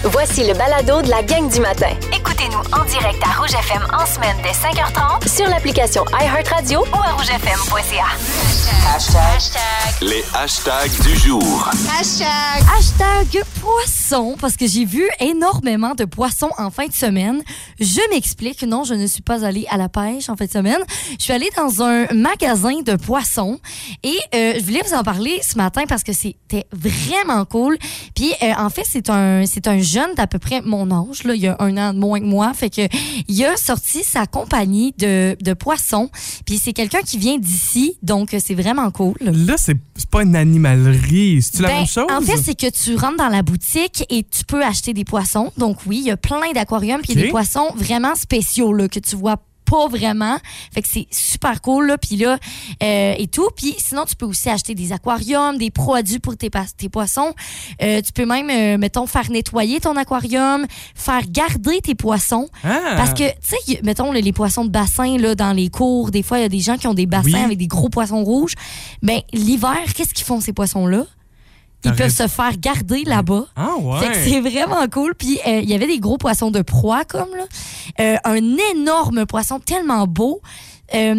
Voici le balado de la gang du matin. Écoutez-nous en direct à Rouge FM en semaine dès 5h30 Sur l'application iHeartRadio ou à rougefm.ca. Les hashtags du jour. Hashtag poisson, parce que j'ai vu énormément de poissons en fin de semaine. Je m'explique, non, je ne suis pas allée à la pêche en fin de semaine. Je suis allée dans un magasin de poissons et je voulais vous en parler ce matin parce que c'était vraiment cool. Puis en fait, c'est un jeune d'à peu près mon âge, là, il y a 1 an de moins que moi. Fait que il a sorti sa compagnie de poissons. Puis c'est quelqu'un qui vient d'ici, donc c'est vraiment cool. Là, c'est pas une animalerie. C'est-tu la même chose? En fait, c'est que tu rentres dans la boutique et tu peux acheter des poissons. Donc oui, il y a plein d'aquariums. Puis il y a des poissons vraiment spéciaux là, que tu vois pas vraiment. Fait que c'est super cool, là. Puis là, et tout. Puis sinon, tu peux aussi acheter des aquariums, des produits pour tes poissons. Tu peux même, mettons, faire nettoyer ton aquarium, faire garder tes poissons. Parce que, tu sais, mettons, les poissons de bassin, là, dans les cours, des fois, il y a des gens qui ont des bassins avec des gros poissons rouges. Ben, l'hiver, qu'est-ce qu'ils font, ces poissons-là? Ils peuvent se faire garder là-bas. Ah ouais. Fait que c'est vraiment cool. Puis il y avait des gros poissons de proie comme là. Un énorme poisson tellement beau. Et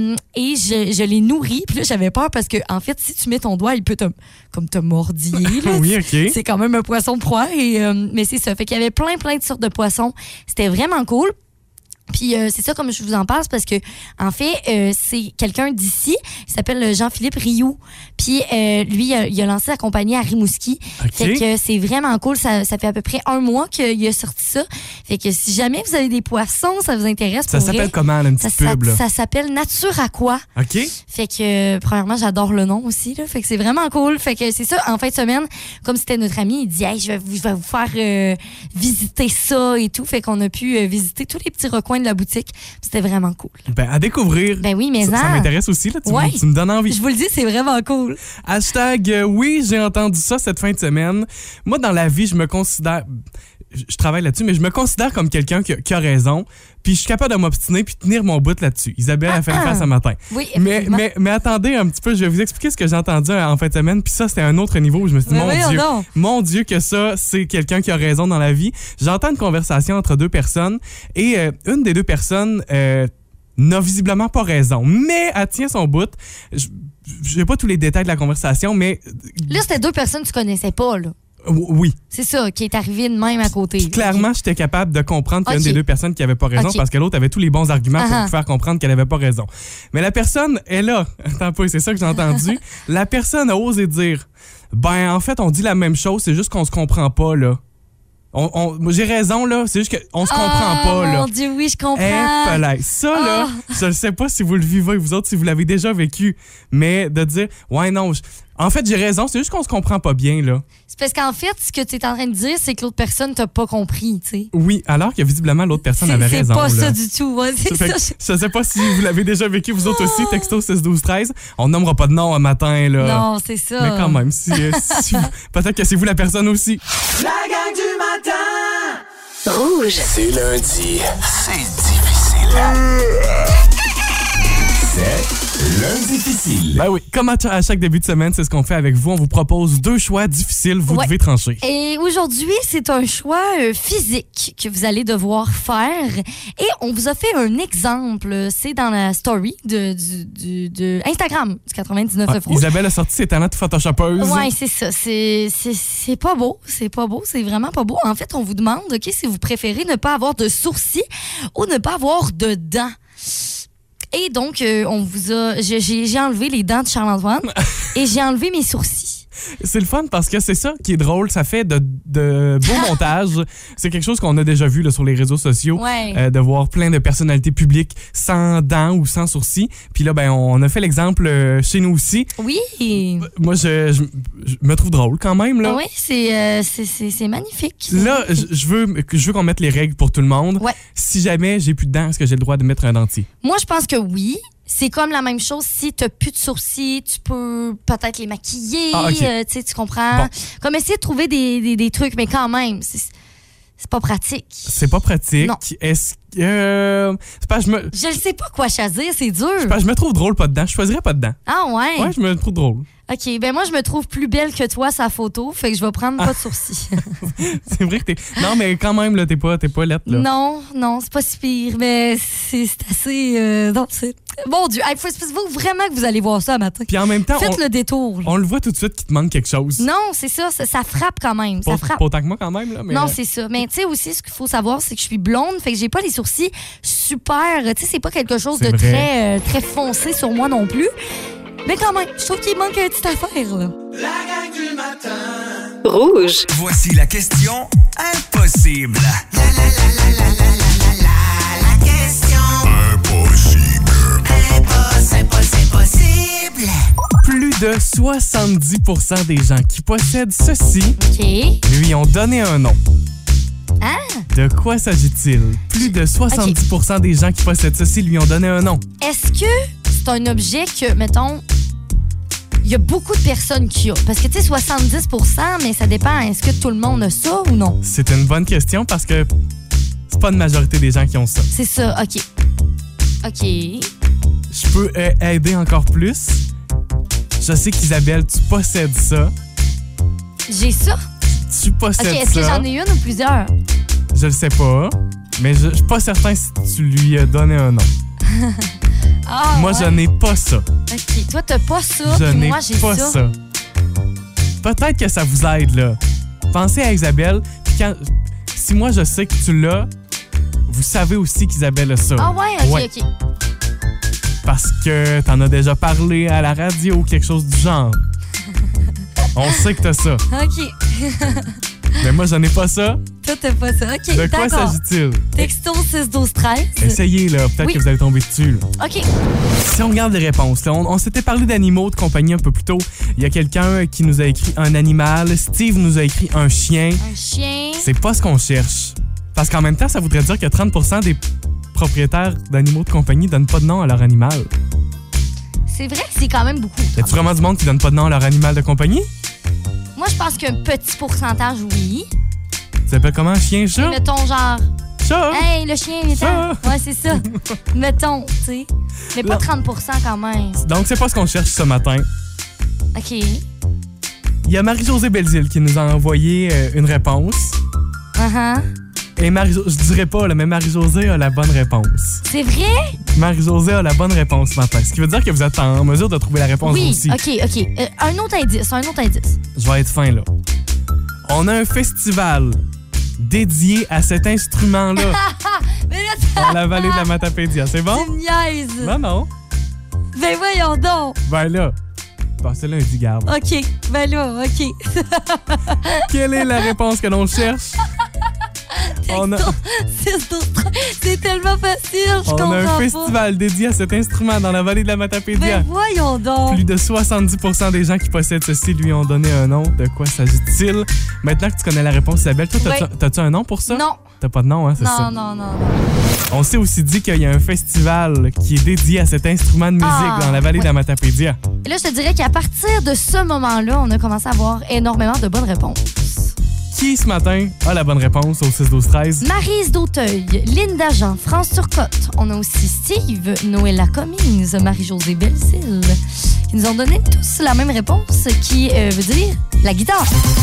je l'ai nourri. Puis là, j'avais peur parce que en fait, si tu mets ton doigt, il peut te mordiller. Là. Oui, OK. C'est quand même un poisson de proie. Mais c'est ça. Fait qu'il y avait plein de sortes de poissons. C'était vraiment cool. Puis c'est ça, comme je vous en parle, parce que en fait, c'est quelqu'un d'ici, il s'appelle Jean-Philippe Rioux. Puis lui, il a lancé sa compagnie à Rimouski. Fait que c'est vraiment cool. Ça fait à peu près 1 mois qu'il a sorti ça. Fait que si jamais vous avez des poissons, ça vous intéresse. Ça s'appelle comment, là, une petite pub? Ça s'appelle Nature Aqua. OK. Fait que premièrement, j'adore le nom aussi. Là. Fait que c'est vraiment cool. Fait que c'est ça, en fin de semaine, comme c'était notre ami, il dit hey, je vais vous faire visiter ça et tout. Fait qu'on a pu visiter tous les petits recoins de la boutique. C'était vraiment cool. Ben, à découvrir. Ben oui, mais ça m'intéresse aussi. Là. Tu me donnes envie. Je vous le dis, c'est vraiment cool. Hashtag oui, j'ai entendu ça cette fin de semaine. Moi, dans la vie, je me considère... Je travaille là-dessus, mais je me considère comme quelqu'un qui a raison. Puis je suis capable de m'obstiner puis tenir mon bout là-dessus. Isabelle a fait le face ce matin. Oui, mais attendez un petit peu, je vais vous expliquer ce que j'ai entendu en fin de semaine. Puis ça, c'était un autre niveau où je me suis dit, mon Dieu que ça, c'est quelqu'un qui a raison dans la vie. J'entends une conversation entre 2 personnes et une des 2 personnes n'a visiblement pas raison. Mais elle tient son bout. Je n'ai pas tous les détails de la conversation, mais... Là, c'était 2 personnes que tu connaissais pas, là. Oui. C'est ça, qui est arrivé de même à côté. Puis clairement, j'étais capable de comprendre qu'il y a une des 2 personnes qui avait pas raison parce que l'autre avait tous les bons arguments pour vous faire comprendre qu'elle avait pas raison. Mais la personne est là. Attends pas, c'est ça que j'ai entendu. La personne a osé dire, ben en fait, on dit la même chose, c'est juste qu'on se comprend pas, là. J'ai raison, là. C'est juste qu'on se comprend pas, là. Mon Dieu, oui, je comprends. Ça, là, je ne sais pas si vous le vivez, vous autres, si vous l'avez déjà vécu, mais de dire, ouais, non, en fait, j'ai raison, c'est juste qu'on se comprend pas bien, là. C'est parce qu'en fait, ce que tu es en train de dire, c'est que l'autre personne t'a pas compris, tu sais. Oui, alors que visiblement, l'autre personne avait raison. C'est pas là. ça du tout. Ouais, c'est ça. Je sais pas si vous l'avez déjà vécu, vous autres aussi, texto 6-12-13. On nommera pas de nom un matin, là. Non, c'est ça. Mais quand même, peut-être que c'est vous la personne aussi. La gang du matin! Rouge. C'est lundi. C'est difficile. C'est lundi difficile. Ben oui, comme à chaque début de semaine, c'est ce qu'on fait avec vous. On vous propose 2 choix difficiles. Vous devez trancher. Et aujourd'hui, c'est un choix physique que vous allez devoir faire. Et on vous a fait un exemple. C'est dans la story de Instagram du 99 Rouge. Isabelle a sorti ses talents de photoshoppeuse. Oui, c'est ça. C'est pas beau. C'est pas beau. C'est vraiment pas beau. En fait, on vous demande si vous préférez ne pas avoir de sourcils ou ne pas avoir de dents. Et donc, j'ai enlevé les dents de Charles-Antoine et j'ai enlevé mes sourcils. C'est le fun parce que c'est ça qui est drôle. Ça fait de beaux montages. C'est quelque chose qu'on a déjà vu là, sur les réseaux sociaux. Ouais. De voir plein de personnalités publiques sans dents ou sans sourcils. Puis là, ben, on a fait l'exemple chez nous aussi. Oui. Moi, je me trouve drôle quand même. Là. Oui, c'est magnifique. Là, je veux qu'on mette les règles pour tout le monde. Ouais. Si jamais j'ai plus de dents, est-ce que j'ai le droit de mettre un dentier? Moi, je pense que oui. C'est comme la même chose. Si tu n'as plus de sourcils, tu peux peut-être les maquiller. Okay. Tu comprends? Bon. Comme essayer de trouver des trucs, mais quand même, c'est pas pratique. C'est pas pratique. Non. Est-ce C'est pas, Je ne sais pas quoi choisir, c'est dur. Je me trouve drôle pas dedans. Je choisirais pas dedans. Ah ouais? Ouais, je me trouve drôle. OK, ben moi, je me trouve plus belle que toi, sa photo, fait que je vais prendre pas de sourcils. C'est vrai que t'es... Non, mais quand même, là, t'es pas lettre, là. Non, c'est pas si pire, mais c'est assez... Non, c'est... Mon Dieu, il faut vraiment que vous allez voir ça matin. Puis en même temps, faites le détour. Là. On le voit tout de suite qu'il te manque quelque chose. Non, c'est ça frappe quand même. Ça frappe. Pas autant que moi quand même. Là, mais... Non, c'est ça. Mais tu sais aussi, ce qu'il faut savoir, c'est que je suis blonde, fait que j'ai pas les sourcils super... Tu sais, c'est pas quelque chose de très, très foncé sur moi non plus. Mais quand même, je trouve qu'il manque une petite affaire, là. La gang du matin. Rouge. Voici la question impossible. La question impossible. Plus de 70% des gens qui possèdent ceci lui ont donné un nom. Ah! De quoi s'agit-il? Plus de 70% des gens qui possèdent ceci lui ont donné un nom. Est-ce que c'est un objet que, mettons, il y a beaucoup de personnes qui ont? Parce que, tu sais, 70%, mais ça dépend. Est-ce que tout le monde a ça ou non? C'est une bonne question parce que c'est pas une majorité des gens qui ont ça. C'est ça, OK. Je peux aider encore plus. Je sais qu'Isabelle, tu possèdes ça. J'ai ça? Tu possèdes ça. OK, est-ce que j'en ai une ou plusieurs? Je le sais pas, mais je suis pas certain si tu lui as donné un nom. Moi, je n'ai pas ça. OK, toi, t'as pas ça, je puis n'ai moi, j'ai pas ça. Peut-être que ça vous aide, là. Pensez à Isabelle, puis si moi, je sais que tu l'as, vous savez aussi qu'Isabelle a ça. Ah ouais? OK. Parce que t'en as déjà parlé à la radio ou quelque chose du genre. On sait que t'as ça. OK. Mais moi, j'en ai pas ça. Toi, t'as pas ça. OK, de quoi s'agit-il? Texto 6-12-13. Essayez, là. Peut-être que vous allez tomber dessus. Là. OK. Si on regarde les réponses, là, on s'était parlé d'animaux de compagnie un peu plus tôt. Il y a quelqu'un qui nous a écrit un animal. Steve nous a écrit un chien. Un chien. C'est pas ce qu'on cherche. Parce qu'en même temps, ça voudrait dire que 30% des propriétaires d'animaux de compagnie donnent pas de nom à leur animal. C'est vrai que c'est quand même beaucoup. Y a-tu vraiment du monde qui donne pas de nom à leur animal de compagnie? Moi, je pense qu'un petit pourcentage, oui. Ça s'appelle comment? Chien, chat? Et mettons genre... Chat! Hey, le chien, il est temps. Ouais, c'est ça. Mettons, tu sais. Mais pas 30% quand même. Donc, c'est pas ce qu'on cherche ce matin. OK. Il y a Marie-Josée Belzile qui nous a envoyé une réponse. Et je dirais pas, là, mais Marie-Josée a la bonne réponse. C'est vrai? Marie-Josée a la bonne réponse ce matin. Ce qui veut dire que vous êtes en mesure de trouver la réponse aussi. Oui, OK. Un autre indice. Je vais être fin, là. On a un festival dédié à cet instrument-là Mais là, dans la vallée de la Matapédia. C'est bon? Tu me niaises. Non. Ben voyons donc. Ben là, passez lundi, garde. OK. Ben là, OK. Quelle est la réponse que l'on cherche? On a... C'est tellement facile, je comprends pas. On a un festival dédié à cet instrument dans la vallée de la Matapédia. Mais voyons donc. Plus de 70% des gens qui possèdent ceci lui ont donné un nom. De quoi s'agit-il? Maintenant que tu connais la réponse, Isabelle, toi, t'as-tu un nom pour ça? Non. T'as pas de nom, hein, c'est ça? Non. On s'est aussi dit qu'il y a un festival qui est dédié à cet instrument de musique dans la vallée de la Matapédia. Et là, je te dirais qu'à partir de ce moment-là, on a commencé à avoir énormément de bonnes réponses. Qui, ce matin, a la bonne réponse au 6-12-13? Maryse d'Auteuil, Linda Jean, France Turcotte. On a aussi Steve, Noëlla Cummings, Marie-Josée Belzile, qui nous ont donné tous la même réponse, qui veut dire la guitare.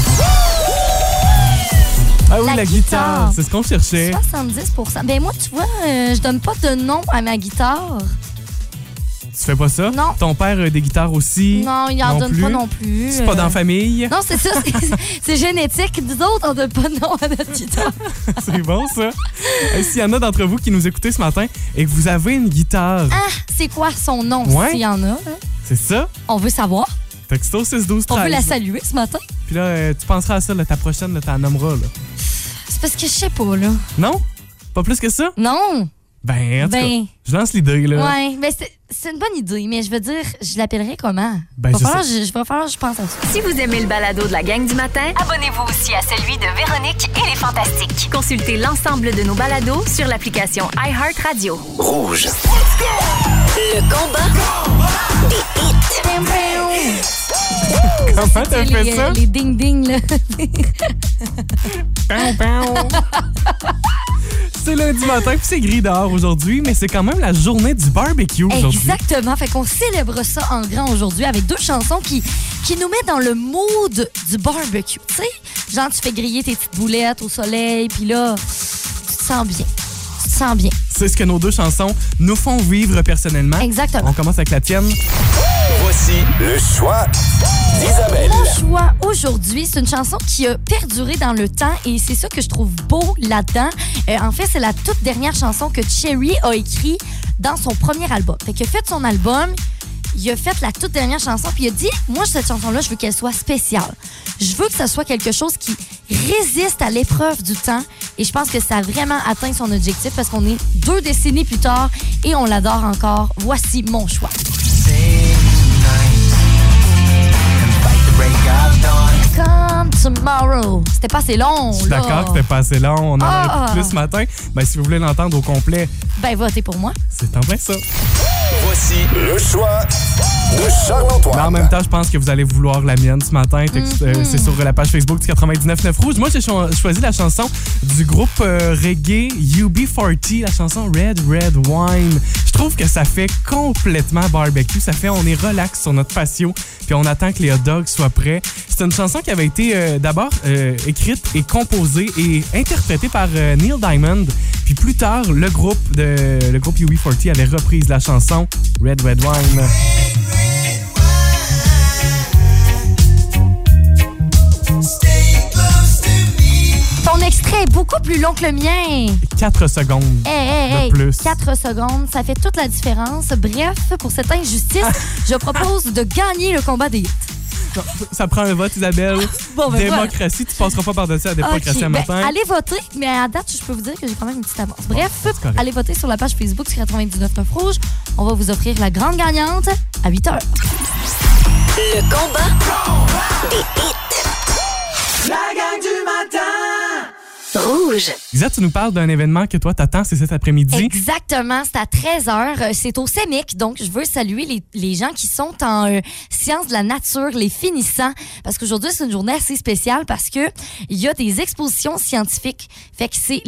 Ah oui, la guitare. C'est ce qu'on cherchait. 70%. Ben moi, tu vois, je donne pas de nom à ma guitare. Tu fais pas ça? Non. Ton père a des guitares aussi? Non, il en donne pas non plus. C'est pas dans la famille? Non, c'est ça. C'est génétique. Nous autres, on donne pas de nom à notre guitare. C'est bon, ça. S'il y en a d'entre vous qui nous écoutez ce matin et que vous avez une guitare... Ah, c'est quoi son nom, s'il y en a? Hein? C'est ça. On veut savoir. Texto 6-12-13. On veut la saluer ce matin. Puis là, tu penseras à ça, là, ta prochaine, là, t'en nommeras. Là. C'est parce que je sais pas, là. Non? Pas plus que ça? Non. Ben, en tout cas, je lance l'idée, là. Ouais, ben c'est une bonne idée, mais je veux dire, je l'appellerais comment? Ben, je pense à ça. Si vous aimez le balado de la gang du matin, Abonnez-vous aussi à celui de Véronique et les Fantastiques. consultez l'ensemble de nos balados sur l'application iHeartRadio. Rouge. Le combat des hits. Comment t'as fait ça? Les ding-ding, là. C'est le lundi matin, puis c'est gris dehors aujourd'hui, mais c'est quand même la journée du barbecue aujourd'hui. Exactement. Fait qu'on célèbre ça en grand aujourd'hui avec 2 chansons qui nous mettent dans le mood du barbecue. Tu sais, genre tu fais griller tes petites boulettes au soleil, puis là, tu te sens bien. C'est ce que nos 2 chansons nous font vivre personnellement. Exactement. On commence avec la tienne. Voici le choix d'Isabelle. Mon choix aujourd'hui, c'est une chanson qui a perduré dans le temps et c'est ça que je trouve beau là-dedans. En fait, c'est la toute dernière chanson que Cherry a écrite dans son premier album. Fait qu'il a fait son album, il a fait la toute dernière chanson puis il a dit, moi, cette chanson-là, je veux qu'elle soit spéciale. Je veux que ça soit quelque chose qui résiste à l'épreuve du temps et je pense que ça a vraiment atteint son objectif parce qu'on est 2 décennies plus tard et on l'adore encore. Voici mon choix. Come tomorrow. C'était pas assez long, Je suis là. d'accord que c'était pas assez long. On en aurait plus ce matin. Ben, si vous voulez l'entendre au complet, ben votez pour moi. c'est en plein ça. Voici le choix de Charles-Antoine. Mais en même temps, je pense que vous allez vouloir la mienne ce matin. C'est sur la page Facebook du 99.9 Rouge. Moi, j'ai choisi la chanson du groupe reggae UB40, la chanson Red Red Wine. Je trouve que ça fait complètement barbecue. Ça fait, on est relax sur notre patio, puis on attend que les hot dogs soient prêts. C'est une chanson qui avait été d'abord écrite et composée et interprétée par Neil Diamond. Puis plus tard, le groupe UB40 avait reprise la chanson Red Red Wine. Ton extrait est beaucoup plus long que le mien. 4 secondes de plus. 4 secondes, ça fait toute la différence. Bref, pour cette injustice, je propose de gagner le combat des hits. Ça prend un vote, Isabelle. Bon, ben démocratie, voilà. tu passeras pas par-dessus la démocratie à matin. Allez voter, mais à date, je peux vous dire que j'ai quand même une petite avance. Bref, allez voter sur la page Facebook sur 99.9 Rouge. On va vous offrir la grande gagnante à 8h. Le combat des hits. La gang du matin. Rouge. Isa, tu nous parles d'un événement que toi t'attends, c'est cet après-midi. Exactement, c'est à 13h. C'est au CEMIC, donc je veux saluer les gens qui sont en sciences de la nature, les finissants, parce qu'aujourd'hui, c'est une journée assez spéciale parce que il y a des expositions scientifiques. Fait que c'est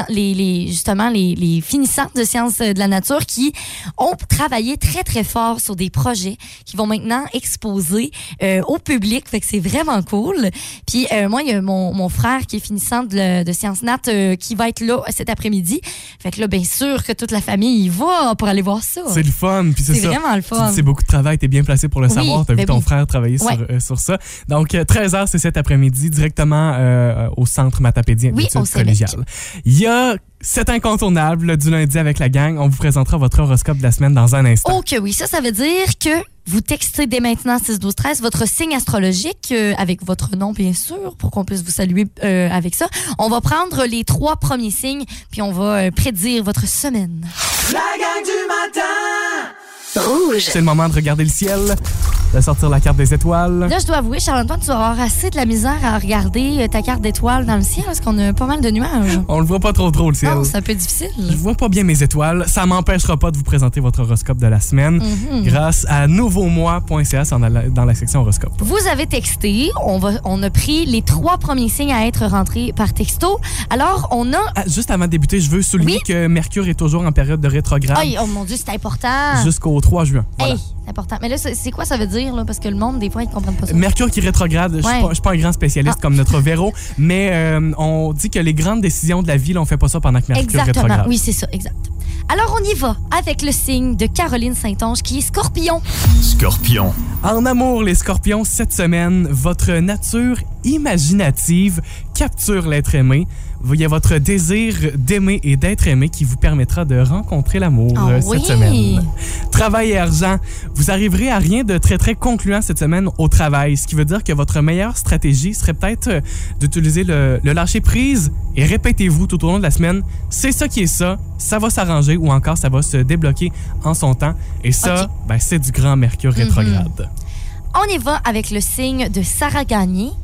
justement les finissants de sciences de la nature qui ont travaillé très, très fort sur des projets qui vont maintenant exposer au public. Fait que c'est vraiment cool. Puis moi, il y a mon frère qui est finissant de sciences nat qui va être là cet après-midi. Fait que là, bien sûr que toute la famille y va pour aller voir ça. C'est le fun. Puis c'est vraiment le fun. C'est beaucoup de travail. T'es bien placé pour le savoir. T'as vu ton frère travailler sur ça. Donc, 13h, c'est cet après-midi, directement au centre Matapédien d'études collégiales. Il y a cet incontournable du lundi avec la gang. On vous présentera votre horoscope de la semaine dans un instant. OK, oui. Ça veut dire que vous textez dès maintenant 6-12-13 votre signe astrologique avec votre nom, bien sûr, pour qu'on puisse vous saluer avec ça. On va prendre les 3 premiers signes, puis on va prédire votre semaine. La gang du matin. Rouge. C'est le moment de regarder le ciel, de sortir la carte des étoiles. Là, je dois avouer, Charles-Antoine, tu vas avoir assez de la misère à regarder ta carte d'étoiles dans le ciel parce qu'on a pas mal de nuages. On le voit pas trop le ciel. Non, c'est un peu difficile. Je vois pas bien mes étoiles. Ça m'empêchera pas de vous présenter votre horoscope de la semaine grâce à nouveaumois.ca dans la section horoscope. Vous avez texté. On a pris les 3 premiers signes à être rentrés par texto. Alors, on a... Juste avant de débuter, je veux souligner que Mercure est toujours en période de rétrograde. Oh mon Dieu, c'est important. Jusqu'au 3 juin. Voilà. Hey, c'est important. Mais là, c'est quoi ça veut dire? Là? Parce que le monde, des fois, ils ne comprennent pas ça. Mercure qui rétrograde, je suis pas un grand spécialiste comme notre Véro, mais on dit que les grandes décisions de la vie, on fait pas ça pendant que Mercure rétrograde. Oui, c'est ça, exact. Alors, on y va avec le signe de Caroline Saint-Onge qui est Scorpion. Scorpion. En amour, les Scorpions, cette semaine, votre nature imaginative capture l'être aimé. Il y a votre désir d'aimer et d'être aimé qui vous permettra de rencontrer l'amour cette semaine. Travail et argent. Vous arriverez à rien de très, très concluant cette semaine au travail, ce qui veut dire que votre meilleure stratégie serait peut-être d'utiliser le lâcher-prise et répétez-vous tout au long de la semaine, c'est ça qui est ça va s'arranger ou encore ça va se débloquer en son temps. Et ça, c'est du grand Mercure rétrograde. On y va avec le signe de Sarah Gagné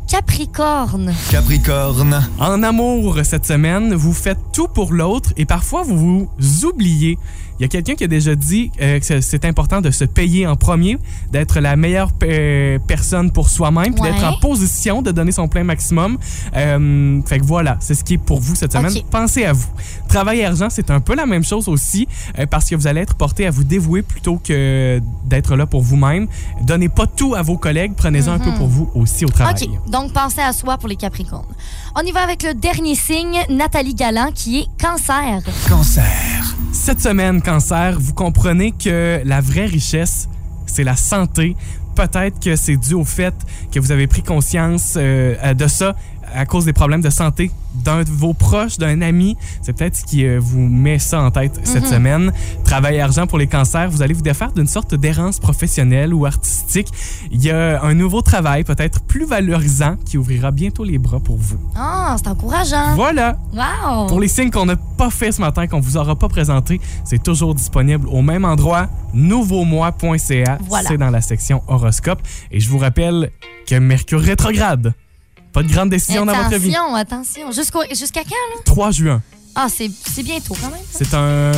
Capricorne. Capricorne. En amour, cette semaine, vous faites tout pour l'autre et parfois vous vous oubliez. Il y a quelqu'un qui a déjà dit que c'est important de se payer en premier, d'être la meilleure personne pour soi-même, puis d'être en position de donner son plein maximum. Fait que voilà, c'est ce qui est pour vous cette semaine. Pensez à vous. Travail et argent, c'est un peu la même chose aussi, parce que vous allez être porté à vous dévouer plutôt que d'être là pour vous-même. Donnez pas tout à vos collègues, prenez-en un peu pour vous aussi au travail. OK, donc pensez à soi pour les Capricornes. On y va avec le dernier signe, Nathalie Galland, qui est Cancer. Cancer. Cette semaine, Cancer, vous comprenez que la vraie richesse, c'est la santé. Peut-être que c'est dû au fait que vous avez pris conscience de ça à cause des problèmes de santé d'un de vos proches, d'un ami. C'est peut-être ce qui vous met ça en tête cette semaine. Travail et argent pour les cancers, vous allez vous défaire d'une sorte d'errance professionnelle ou artistique. Il y a un nouveau travail, peut-être plus valorisant, qui ouvrira bientôt les bras pour vous. Ah, c'est encourageant. Voilà. Wow. Pour les signes qu'on n'a pas fait ce matin, qu'on vous aura pas présenté, c'est toujours disponible au même endroit, nouveaumois.ca. Voilà. C'est dans la section horoscope. Et je vous rappelle que Mercure rétrograde. Pas de grande décision dans votre vie. Attention. Jusqu'à quand, là? 3 juin. Ah, c'est bientôt quand même. C'est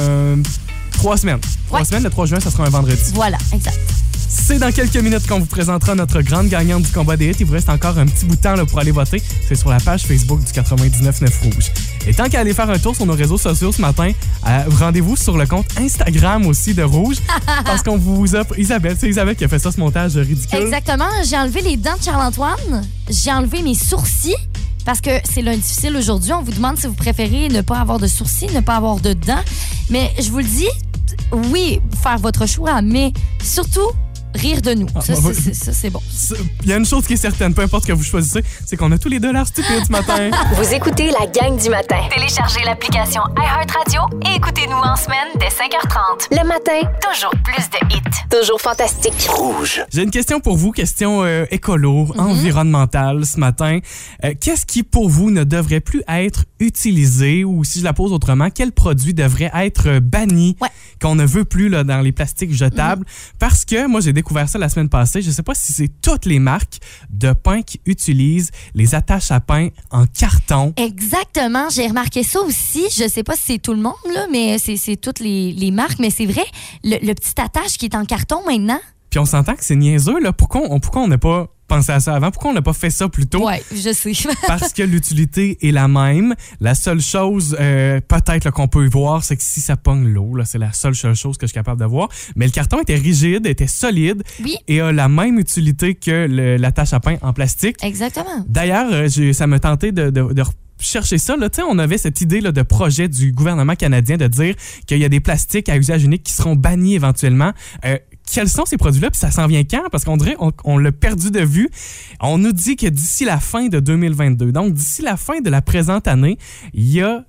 3 semaines. 3 semaines, le 3 juin, ça sera un vendredi. Voilà, exact. C'est dans quelques minutes qu'on vous présentera notre grande gagnante du combat des hits. Il vous reste encore un petit bout de temps là, pour aller voter. C'est sur la page Facebook du 99.9 Rouge. Et tant qu'à aller faire un tour sur nos réseaux sociaux ce matin, rendez-vous sur le compte Instagram aussi de Rouge. Parce qu'on vous a... Isabelle, c'est Isabelle qui a fait ça, ce montage ridicule. Exactement. J'ai enlevé les dents de Charles-Antoine. J'ai enlevé mes sourcils. Parce que c'est lundi difficile aujourd'hui. On vous demande si vous préférez ne pas avoir de sourcils, ne pas avoir de dents. Mais je vous le dis, oui, faire votre choix, mais surtout... rire de nous. Ça, c'est bon. Il y a une chose qui est certaine, peu importe ce que vous choisissez, c'est qu'on a tous les $ stupides ce matin. Vous écoutez la gang du matin. Téléchargez l'application iHeartRadio et écoutez-nous en semaine dès 5h30. Le matin, toujours plus de hits. Toujours fantastique. Rouge. J'ai une question pour vous, question écolo, environnementale ce matin. Qu'est-ce qui, pour vous, ne devrait plus être utilisé ou, si je la pose autrement, quel produit devrait être banni, qu'on ne veut plus là, dans les plastiques jetables? Parce que moi, j'ai découvert ça la semaine passée. Je ne sais pas si c'est toutes les marques de pain qui utilisent les attaches à pain en carton. Exactement. J'ai remarqué ça aussi. Je ne sais pas si c'est tout le monde, là, mais c'est toutes les marques. Mais c'est vrai, le petit attache qui est en carton maintenant. Puis on s'entend que c'est niaiseux. Là. Pourquoi on n'a pas pensé à ça avant? Pourquoi on n'a pas fait ça plus tôt? Oui, je sais. Parce que l'utilité est la même. La seule chose, peut-être là, qu'on peut y voir, c'est que si ça pogne l'eau, là, c'est la seule chose que je suis capable de voir. Mais le carton était rigide, était solide et a la même utilité que l'attache à pain en plastique. Exactement. D'ailleurs, ça me tentait de chercher ça. Là, on avait cette idée là, de projet du gouvernement canadien de dire qu'il y a des plastiques à usage unique qui seront bannis éventuellement. Quels sont ces produits-là? Puis ça s'en vient quand? Parce qu'on dirait on l'a perdu de vue. On nous dit que d'ici la fin de 2022, donc d'ici la fin de la présente année, il y a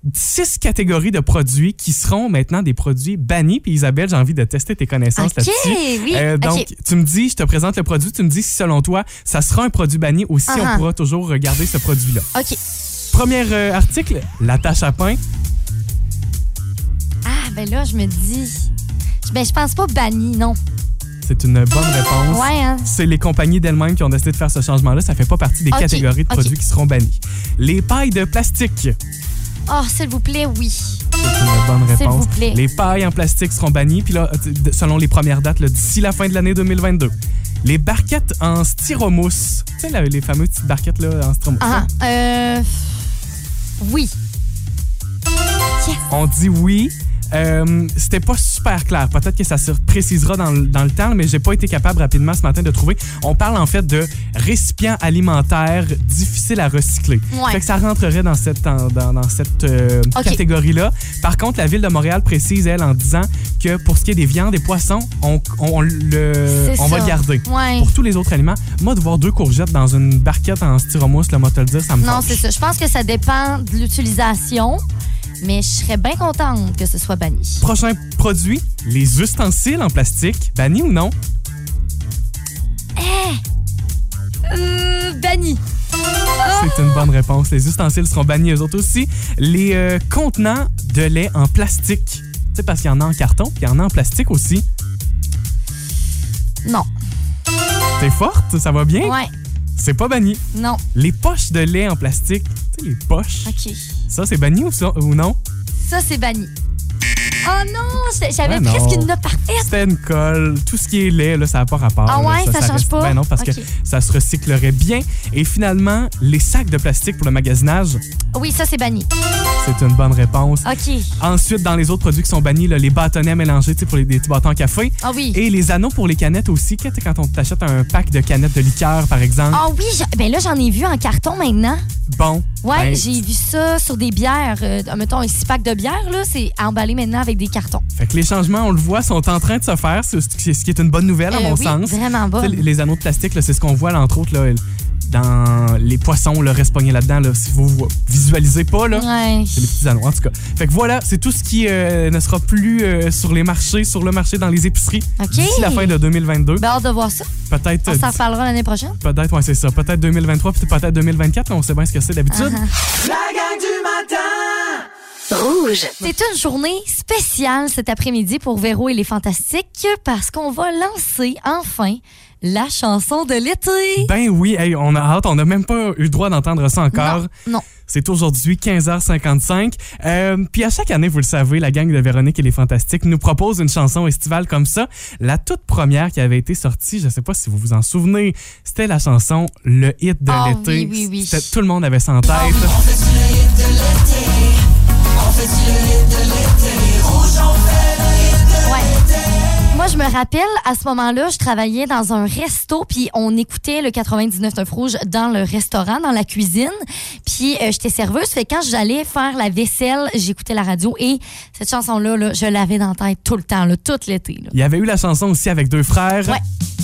6 catégories de produits qui seront maintenant des produits bannis. Puis Isabelle, j'ai envie de tester tes connaissances là-dessus. Oui. Donc, tu me dis, je te présente le produit, tu me dis si selon toi, ça sera un produit banni ou si on pourra toujours regarder ce produit-là. OK. Premier article, l'attache à pain. Ah, ben là, je me dis... Ben, je pense pas banni, non. C'est une bonne réponse. Ouais, hein? C'est les compagnies d'elles-mêmes qui ont décidé de faire ce changement-là. Ça fait pas partie des catégories de produits qui seront bannis. Les pailles de plastique. Oh, s'il vous plaît, oui. C'est une bonne réponse. S'il vous plaît. Les pailles en plastique seront bannies. Puis là, selon les premières dates, là, d'ici la fin de l'année 2022. Les barquettes en styromousse. Tu sais, les fameuses petites barquettes là, en styromousse. Oui. Yes. On dit oui. C'était pas super clair. Peut-être que ça se précisera dans le temps, mais j'ai pas été capable rapidement ce matin de trouver. On parle en fait de récipients alimentaires difficiles à recycler. Ouais. Fait que ça rentrerait dans cette catégorie-là. Par contre, la Ville de Montréal précise, elle, en disant que pour ce qui est des viandes et poissons, on va garder. Ouais. Pour tous les autres aliments, moi, de voir 2 courgettes dans une barquette en styromousse, moi te le dire, ça me Non, fâche. c'est ça. Je pense que ça dépend de l'utilisation. Mais je serais bien contente que ce soit banni. Prochain produit, les ustensiles en plastique. Banni ou non? Banni. C'est une bonne réponse. Les ustensiles seront bannis eux autres aussi. Les contenants de lait en plastique. Tu sais, parce qu'il y en a en carton, puis il y en a en plastique aussi. Non. T'es forte? Ça va bien? Ouais. C'est pas banni. Non. Les poches de lait en plastique, tu sais, les poches. OK. Ça, c'est banni ou non? Ça, c'est banni. Oh non, j'avais presque une note parfaite. C'était une colle. Tout ce qui est lait, là, ça n'a pas rapport. Ah ouais, là, ça change pas? Ben non, parce que ça se recyclerait bien. Et finalement, les sacs de plastique pour le magasinage. Oui, ça, c'est banni. C'est une bonne réponse. OK. Ensuite, dans les autres produits qui sont bannis, là, les bâtonnets mélangés, tu sais, pour des petits bâtons à café. Ah oui. Et les anneaux pour les canettes aussi. Quand on t'achète un pack de canettes de liqueur, par exemple. Ah oui, ben là, j'en ai vu en carton maintenant. Bon. Ouais, j'ai vu ça sur des bières. Mettons, un 6 pack de bière, là, c'est emballé maintenant avec des cartons. Fait que les changements, on le voit, sont en train de se faire, ce qui est une bonne nouvelle à mon sens. Vraiment bon. Les anneaux de plastique, là, c'est ce qu'on voit, là, entre autres, là, dans les poissons, là, reste pogné là-dedans. Là, si vous visualisez pas, là, c'est les petits anneaux, en tout cas. Fait que voilà, c'est tout ce qui ne sera plus sur le marché, dans les épiceries d'ici la fin de 2022. Ben, hâte de voir ça. Peut-être. On s'en reparlera l'année prochaine. Peut-être, oui, c'est ça. Peut-être 2023, puis peut-être 2024, mais on sait bien ce que c'est d'habitude. La gang du matin! Rouge. C'est une journée spéciale cet après-midi pour Véro et les Fantastiques parce qu'on va lancer enfin la chanson de l'été. Ben oui, hey, on a hâte. On n'a même pas eu le droit d'entendre ça encore. Non. C'est aujourd'hui 15h55. Puis à chaque année, vous le savez, la gang de Véronique et les Fantastiques nous propose une chanson estivale comme ça. La toute première qui avait été sortie, je ne sais pas si vous vous en souvenez, c'était la chanson Le Hit de l'été. Oui. Tout le monde avait ça en tête. On fait le hit de l'été. On fait le hit de l'été. Rouge, on fait le hit de l'été. Moi, je me rappelle, à ce moment-là, je travaillais dans un resto, puis on écoutait le 99.9 Rouge dans le restaurant, dans la cuisine. Puis j'étais serveuse, fait que quand j'allais faire la vaisselle, j'écoutais la radio et cette chanson-là, là, je l'avais dans la tête tout le temps, là, tout l'été. Là. Il y avait eu la chanson aussi avec deux frères. Ouais.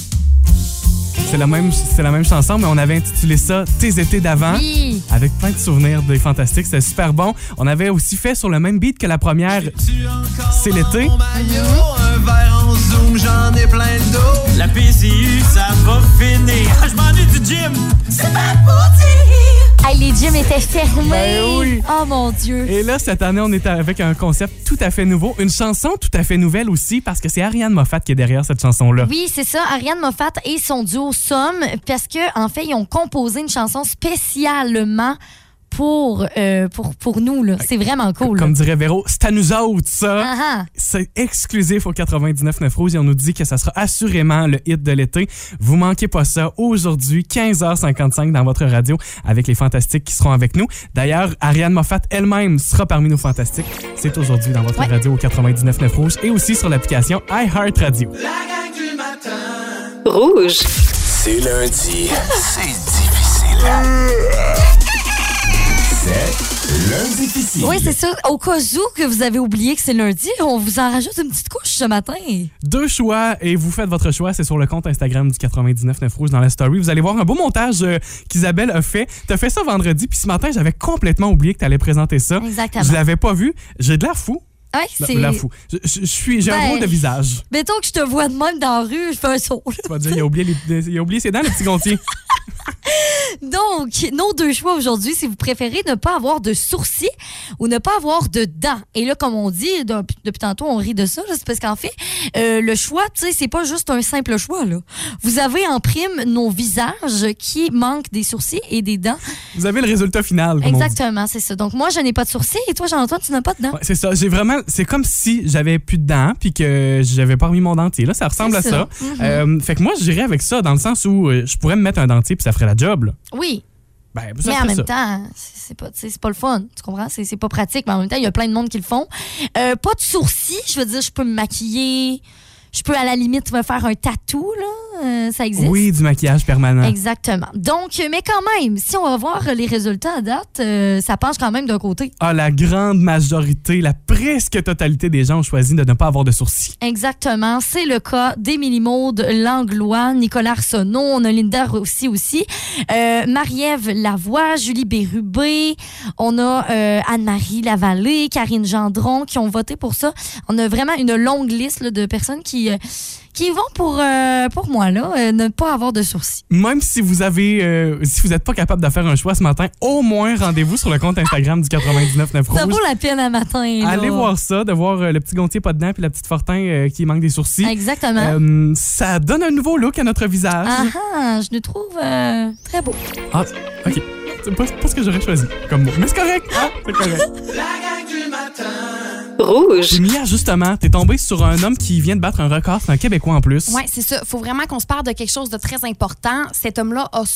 C'est la même chanson, mais on avait intitulé ça « Tes étés d'avant ». Oui. Avec plein de souvenirs des Fantastiques. C'était super bon. On avait aussi fait sur le même beat que la première « C'est l'été ». Un verre en zoom, j'en ai plein le dos. La PCU, ça va finir. Je m'ennuie du gym. C'est pas pour dire. Hey, les gyms étaient fermés. Ben oui. Oh mon Dieu. Et là, cette année, on est avec un concept tout à fait nouveau. Une chanson tout à fait nouvelle aussi, parce que c'est Ariane Moffat qui est derrière cette chanson-là. Oui, c'est ça. Ariane Moffat et son duo Somme, parce que en fait, ils ont composé une chanson spécialement pour nous. Là. C'est vraiment cool. Comme dirait Véro, c'est à nous autres, ça. Uh-huh. C'est exclusif au 99.9 Rouge et on nous dit que ça sera assurément le hit de l'été. Vous manquez pas ça aujourd'hui, 15h55 dans votre radio avec les Fantastiques qui seront avec nous. D'ailleurs, Ariane Moffat elle-même sera parmi nos Fantastiques. C'est aujourd'hui dans votre radio au 99.9 Rouge et aussi sur l'application iHeartRadio. La gang du matin. Rouge. C'est lundi. C'est difficile. C'est lundi difficile. Oui, c'est ça. Au cas où que vous avez oublié que c'est lundi, on vous en rajoute une petite couche ce matin. Deux choix et vous faites votre choix. C'est sur le compte Instagram du 99.9 Rouge dans la story. Vous allez voir un beau montage qu'Isabelle a fait. T'as fait ça vendredi, puis ce matin, j'avais complètement oublié que t'allais présenter ça. Exactement. Je l'avais pas vu. J'ai de l'air fou. Ouais, c'est... De l'air fou. J'ai un drôle de visage. Mettons que je te vois de même dans la rue, je fais un saut. Tu vas dire, il a oublié ses dents, le petit Gontier. Donc, nos deux choix aujourd'hui, si vous préférez ne pas avoir de sourcils ou ne pas avoir de dents. Et là, comme on dit, depuis tantôt, on rit de ça, là, c'est parce qu'en fait, le choix, tu sais, c'est pas juste un simple choix, là. Vous avez en prime nos visages qui manquent des sourcils et des dents. Vous avez le résultat final. Exactement, c'est ça. Donc, moi, je n'ai pas de sourcils et toi, Jean-Antoine, tu n'as pas de dents. Ouais, c'est ça. C'est comme si j'avais plus de dents puis que j'avais pas remis mon dentier. Là, ça ressemble à ça. Mm-hmm. Fait que moi, j'irais avec ça dans le sens où je pourrais me mettre un dentier puis ça ferait la job, là. Oui. Ben, mais en même temps, c'est pas le fun. Tu comprends? C'est pas pratique, mais en même temps, il y a plein de monde qui le font. Pas de sourcils, je veux dire, je peux me maquiller. Je peux, à la limite, me faire un tatou, là. Ça existe. Oui, du maquillage permanent. Exactement. Donc, mais quand même, si on va voir les résultats à date, ça penche quand même d'un côté. Ah, la grande majorité, la presque totalité des gens ont choisi de ne pas avoir de sourcils. Exactement. C'est le cas d'Émilie Maude Langlois, Nicolas Arsenault, on a Linda Rossi aussi, Marie-Ève Lavoie, Julie Bérubé, on a Anne-Marie Lavallée, Karine Gendron qui ont voté pour ça. On a vraiment une longue liste là, de personnes qui qui vont pour moi, là, ne pas avoir de sourcils. Même si vous n'êtes pas capable de faire un choix ce matin, au moins rendez-vous sur le compte Instagram du 99.9 Rouge. Ça vaut la peine à matin. Là. Allez voir ça, de voir le petit Gontier pas dedans puis la petite Fortin qui manque des sourcils. Exactement. Ça donne un nouveau look à notre visage. Je le trouve très beau. Ah, OK. C'est pas ce que j'aurais choisi comme mot. Mais c'est correct. C'est correct. La gang du matin. Rouge. Mia, justement, t'es tombée sur un homme qui vient de battre un record. C'est un Québécois en plus. Oui, c'est ça. Il faut vraiment qu'on se parle de quelque chose de très important. Cet homme-là a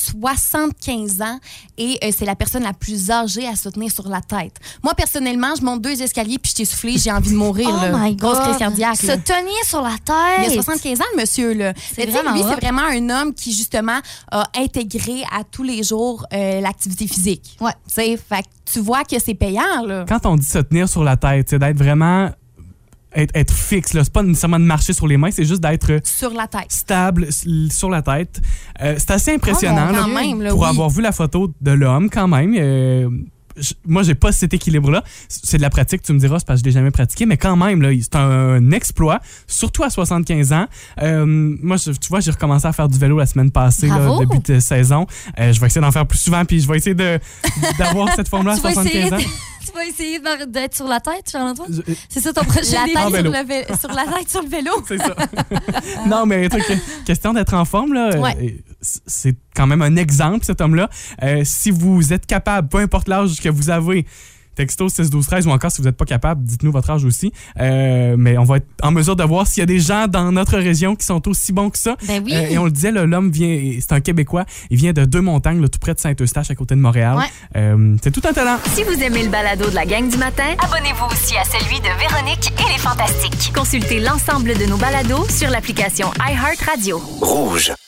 75 ans et c'est la personne la plus âgée à se tenir sur la tête. Moi, personnellement, je monte 2 escaliers puis je t'ai soufflé, j'ai envie de mourir. My God. Grosse crise cardiaque. Se tenir sur la tête. Il a 75 ans, le monsieur. Là. C'est Mais vraiment lui, hot. c'est vraiment un homme qui, justement, a intégré à tous les jours l'activité physique. Ouais. Tu sais, fait que tu vois que c'est payant, là. Quand on dit se tenir sur la tête, c'est d'être vraiment... Être fixe, là. C'est pas nécessairement de marcher sur les mains, c'est juste d'être Sur la tête. stable sur la tête. C'est assez impressionnant quand là, même, là, pour oui. avoir vu la photo de l'homme quand même. Moi, j'ai pas cet équilibre-là. C'est de la pratique, tu me diras, c'est parce que je l'ai jamais pratiqué, mais quand même, là, c'est un exploit, surtout à 75 ans. Moi, tu vois, j'ai recommencé à faire du vélo la semaine passée, là, début de saison. Je vais essayer d'en faire plus souvent, puis je vais essayer d'avoir cette forme-là à 75 ans. Tu vas essayer d'être sur la tête, Charles-Antoine? C'est ça ton projet? La tête vélo. sur la tête sur le vélo. C'est ça. Non, mais question d'être en forme, là, c'est quand même un exemple, cet homme-là. Si vous êtes capable, peu importe l'âge que vous avez, texto 6-12-13 ou encore si vous n'êtes pas capable, dites-nous votre âge aussi. Mais on va être en mesure de voir s'il y a des gens dans notre région qui sont aussi bons que ça. Ben oui. Et on le disait, là, l'homme c'est un Québécois. Il vient de Deux-Montagnes, là, tout près de Saint-Eustache, à côté de Montréal. Ouais. C'est tout un talent. Si vous aimez le balado de la gang du matin, Abonnez-vous aussi à celui de Véronique et les Fantastiques. consultez l'ensemble de nos balados sur l'application iHeartRadio. Rouge.